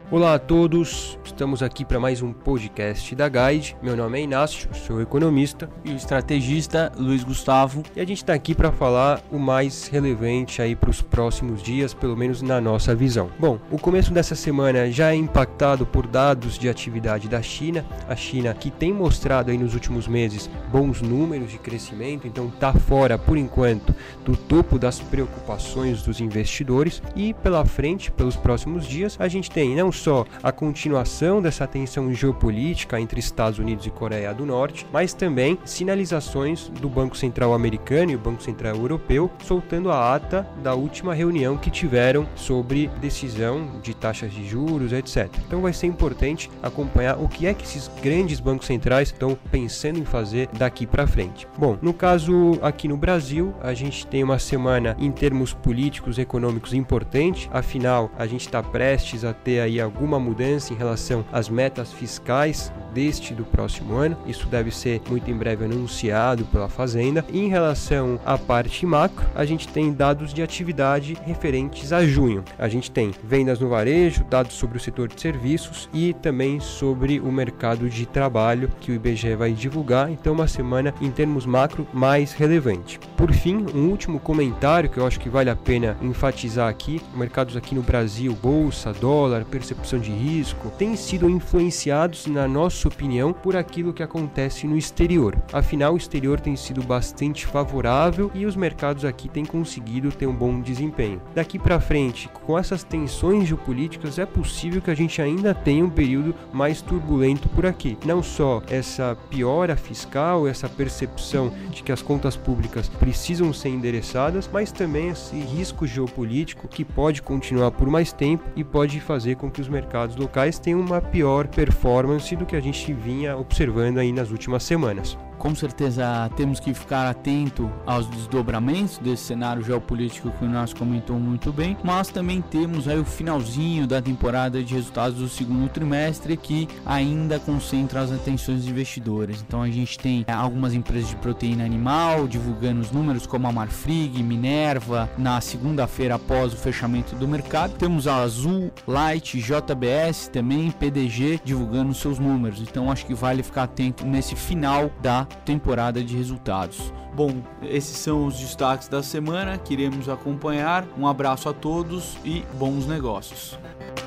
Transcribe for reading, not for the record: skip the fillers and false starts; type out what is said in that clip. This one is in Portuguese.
Olá a todos, estamos aqui para mais um podcast da Guide. Meu nome é Inácio, sou economista e o estrategista Luiz Gustavo. E a gente está aqui para falar o mais relevante aí para os próximos dias, pelo menos na nossa visão. Bom, o começo dessa semana já é impactado por dados de atividade da China. A China que tem mostrado aí nos últimos meses bons números de crescimento, então está fora por enquanto do topo das preocupações dos investidores. E pela frente, pelos próximos dias, a gente tem não só a continuação dessa tensão geopolítica entre Estados Unidos e Coreia do Norte, mas também sinalizações do Banco Central americano e o Banco Central europeu soltando a ata da última reunião que tiveram sobre decisão de taxas de juros, etc. Então vai ser importante acompanhar o que é que esses grandes bancos centrais estão pensando em fazer daqui para frente. Bom, no caso aqui no Brasil, a gente tem uma semana em termos políticos e econômicos importante, afinal a gente está prestes a ter aí alguma mudança em relação às metas fiscais deste e do próximo ano. Isso deve ser muito em breve anunciado pela Fazenda. E em relação à parte macro, a gente tem dados de atividade referentes a junho. A gente tem vendas no varejo, dados sobre o setor de serviços e também sobre o mercado de trabalho que o IBGE vai divulgar. Então uma semana em termos macro mais relevante. Por fim, um último comentário que eu acho que vale a pena enfatizar aqui: mercados aqui no Brasil, bolsa, dólar, percepção de risco, têm sido influenciados, na nossa opinião, por aquilo que acontece no exterior. Afinal, o exterior tem sido bastante favorável e os mercados aqui têm conseguido ter um bom desempenho. Daqui para frente, com essas tensões geopolíticas, é possível que a gente ainda tenha um período mais turbulento por aqui. Não só essa piora fiscal, essa percepção de que as contas públicas precisam ser endereçadas, mas também esse risco geopolítico que pode continuar por mais tempo e pode fazer com que os mercados locais tenham uma pior performance do que a gente vinha observando aí nas últimas semanas. Com certeza temos que ficar atento aos desdobramentos desse cenário geopolítico que o Inácio comentou muito bem, mas também temos aí o finalzinho da temporada de resultados do segundo trimestre que ainda concentra as atenções dos investidores. Então a gente tem algumas empresas de proteína animal divulgando os números, como a Marfrig, Minerva, na segunda-feira após o fechamento do mercado. Temos a Azul, Light, JBS também, PDG divulgando seus números. Então acho que vale ficar atento nesse final da temporada de resultados. Bom, esses são os destaques da semana que iremos acompanhar. Um abraço a todos e bons negócios.